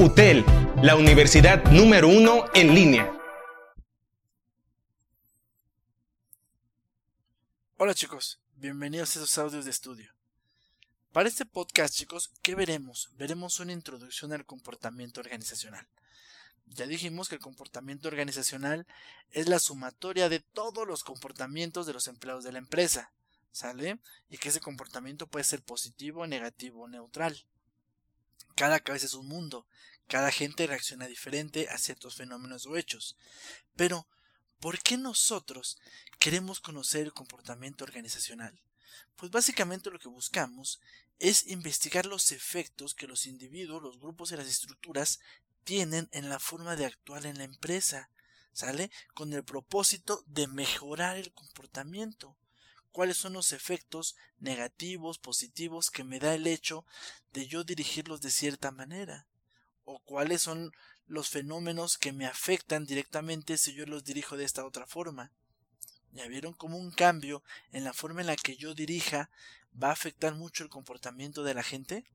UTEL, la universidad número 1 en línea. Hola chicos, bienvenidos a estos audios de estudio. Para este podcast, chicos, ¿qué veremos? Veremos una introducción al comportamiento organizacional. Ya dijimos que el comportamiento organizacional es la sumatoria de todos los comportamientos de los empleados de la empresa, ¿sale? Y que ese comportamiento puede ser positivo, negativo o neutral. Cada cabeza es un mundo, cada gente reacciona diferente a ciertos fenómenos o hechos. Pero, ¿por qué nosotros queremos conocer el comportamiento organizacional? Pues básicamente lo que buscamos es investigar los efectos que los individuos, los grupos y las estructuras tienen en la forma de actuar en la empresa, ¿sale? Con el propósito de mejorar el comportamiento. ¿Cuáles son los efectos negativos, positivos que me da el hecho de yo dirigirlos de cierta manera? ¿O cuáles son los fenómenos que me afectan directamente si yo los dirijo de esta otra forma? ¿Ya vieron cómo un cambio en la forma en la que yo dirija va a afectar mucho el comportamiento de la gente?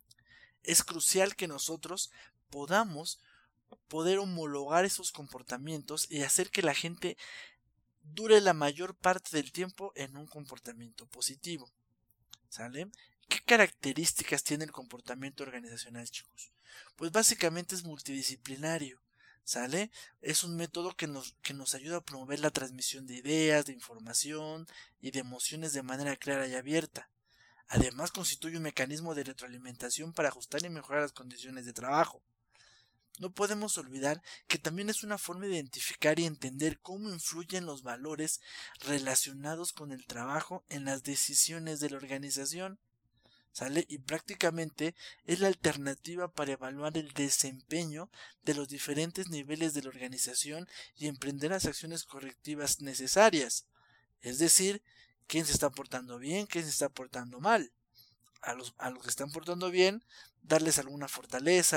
Es crucial que nosotros podamos poder homologar esos comportamientos y hacer que la gente dure la mayor parte del tiempo en un comportamiento positivo, ¿sale? ¿Qué características tiene el comportamiento organizacional, chicos? Pues básicamente es multidisciplinario, ¿sale? Es un método que nos ayuda a promover la transmisión de ideas, de información y de emociones de manera clara y abierta. Además, constituye un mecanismo de retroalimentación para ajustar y mejorar las condiciones de trabajo. No podemos olvidar que también es una forma de identificar y entender cómo influyen los valores relacionados con el trabajo en las decisiones de la organización, ¿sale? Y prácticamente es la alternativa para evaluar el desempeño de los diferentes niveles de la organización y emprender las acciones correctivas necesarias. Es decir, quién se está portando bien, quién se está portando mal. A los que están portando bien, darles alguna fortaleza,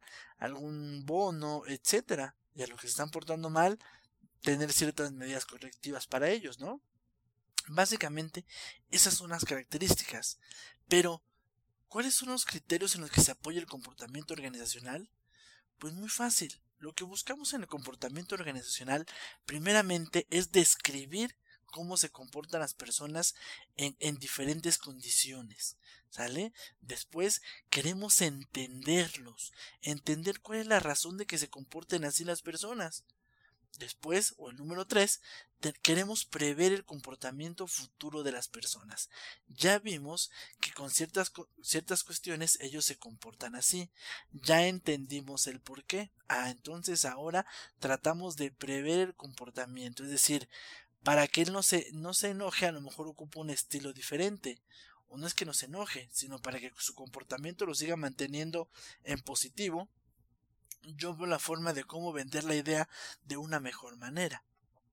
algún bono, etcétera. Y a los que se están portando mal, tener ciertas medidas correctivas para ellos, ¿no? Básicamente, esas son las características. Pero, ¿cuáles son los criterios en los que se apoya el comportamiento organizacional? Pues muy fácil. Lo que buscamos en el comportamiento organizacional, primeramente, es describir cómo se comportan las personas en diferentes condiciones, ¿sale? Después queremos entenderlos, entender cuál es la razón de que se comporten así las personas. Después, o el número 3, queremos prever el comportamiento futuro de las personas. Ya vimos que con ciertas cuestiones ellos se comportan así. Ya entendimos el por qué. Entonces ahora tratamos de prever el comportamiento. Es decir, para que él no se enoje, a lo mejor ocupa un estilo diferente. O no es que no se enoje, sino para que su comportamiento lo siga manteniendo en positivo. Yo veo la forma de cómo vender la idea de una mejor manera.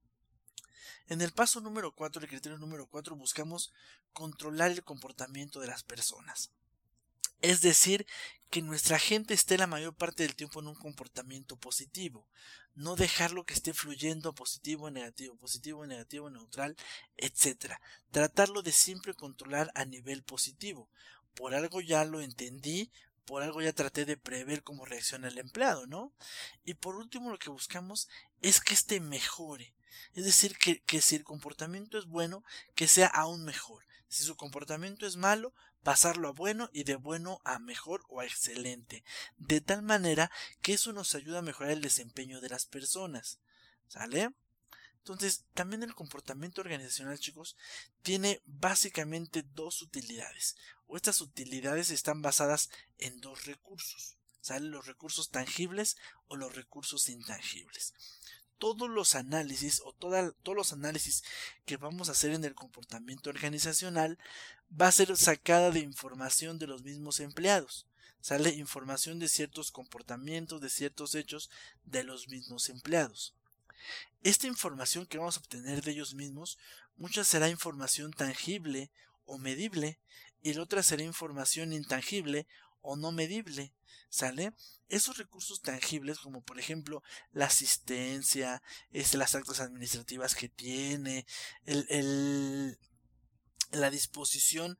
En el paso número 4, el criterio número 4, buscamos controlar el comportamiento de las personas. Es decir, que nuestra gente esté la mayor parte del tiempo en un comportamiento positivo. No dejarlo que esté fluyendo positivo, negativo, neutral, etc. Tratarlo de siempre controlar a nivel positivo. Por algo ya lo entendí, por algo ya traté de prever cómo reacciona el empleado, ¿no? Y por último lo que buscamos es que éste mejore. Es decir, que si el comportamiento es bueno, que sea aún mejor. Si su comportamiento es malo, pasarlo a bueno y de bueno a mejor o a excelente. De tal manera que eso nos ayuda a mejorar el desempeño de las personas. ¿Sale? Entonces, también el comportamiento organizacional, chicos, tiene básicamente dos utilidades. O estas utilidades están basadas en dos recursos. ¿Sale? Los recursos tangibles o los recursos intangibles. Todos los análisis todos los análisis que vamos a hacer en el comportamiento organizacional va a ser sacada de información de los mismos empleados. Sale información de ciertos comportamientos, de ciertos hechos de los mismos empleados. Esta información que vamos a obtener de ellos mismos, mucha será información tangible o medible y la otra será información intangible o no medible, ¿sale? Esos recursos tangibles, como por ejemplo la asistencia, las actas administrativas que tiene, la disposición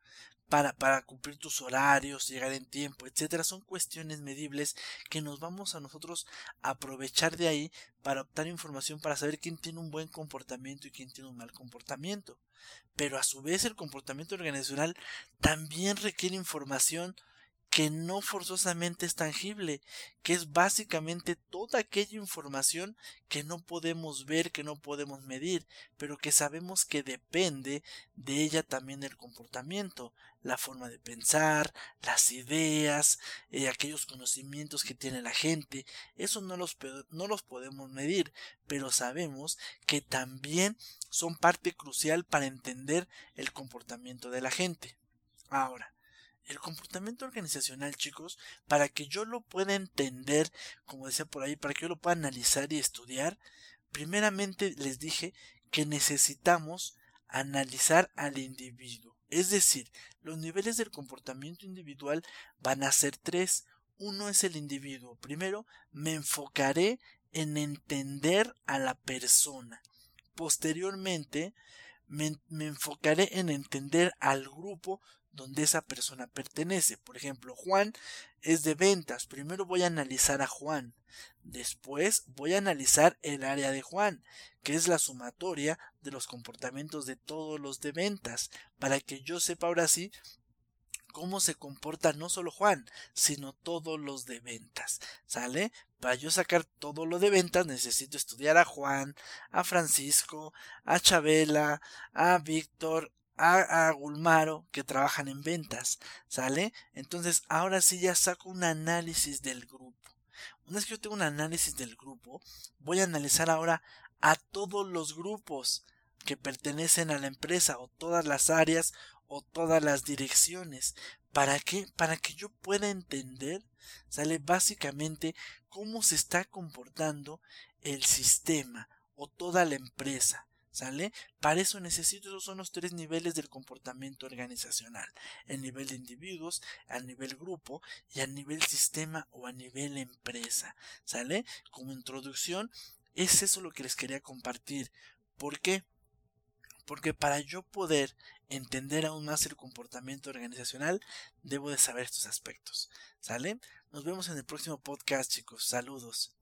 para cumplir tus horarios, llegar en tiempo, etcétera. Son cuestiones medibles que nos vamos a nosotros a aprovechar de ahí para obtener información, para saber quién tiene un buen comportamiento y quién tiene un mal comportamiento. Pero a su vez el comportamiento organizacional también requiere información que no forzosamente es tangible, que es básicamente toda aquella información que no podemos ver, que no podemos medir, pero que sabemos que depende de ella también el comportamiento, la forma de pensar, las ideas, aquellos conocimientos que tiene la gente. Eso no los podemos medir, pero sabemos que también son parte crucial para entender el comportamiento de la gente. Ahora, el comportamiento organizacional, chicos, para que yo lo pueda entender, como decía por ahí, para que yo lo pueda analizar y estudiar, primeramente les dije que necesitamos analizar al individuo. Es decir, los niveles del comportamiento individual van a ser tres. Uno es el individuo. Primero, me enfocaré en entender a la persona. Posteriormente, me enfocaré en entender al grupo donde esa persona pertenece. Por ejemplo, Juan es de ventas. Primero voy a analizar a Juan. Después voy a analizar el área de Juan, que es la sumatoria de los comportamientos de todos los de ventas, para que yo sepa ahora sí cómo se comporta no solo Juan, sino todos los de ventas. ¿Sale? Para yo sacar todo lo de ventas necesito estudiar a Juan, a Francisco, a Chabela, a Víctor, a Gulmaro, que trabajan en ventas. ¿Sale? Entonces ahora sí ya saco un análisis del grupo. Una vez que yo tengo un análisis del grupo, voy a analizar ahora a todos los grupos que pertenecen a la empresa, o todas las áreas, o todas las direcciones. ¿Para qué? Para que yo pueda entender, ¿sale? Básicamente cómo se está comportando el sistema o toda la empresa. ¿Sale? Para eso necesito, esos son los tres niveles del comportamiento organizacional: el nivel de individuos, al nivel grupo y al nivel sistema o a nivel empresa. ¿Sale? Como introducción, es eso lo que les quería compartir. ¿Por qué? Porque para yo poder entender aún más el comportamiento organizacional, debo de saber estos aspectos. ¿Sale? Nos vemos en el próximo podcast, chicos. Saludos.